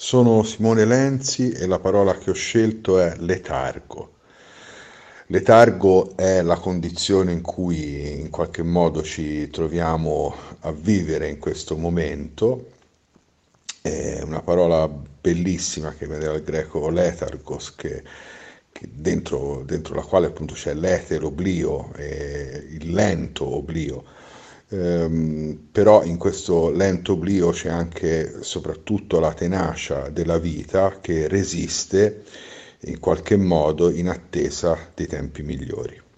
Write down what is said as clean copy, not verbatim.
Sono Simone Lenzi e la parola che ho scelto è letargo. Letargo è la condizione in cui in qualche modo ci troviamo a vivere in questo momento. È una parola bellissima che viene dal greco letargos, che dentro la quale appunto c'è l'ete, l'oblio, il lento oblio. Però in questo lento oblio c'è anche soprattutto la tenacia della vita che resiste in qualche modo in attesa di tempi migliori.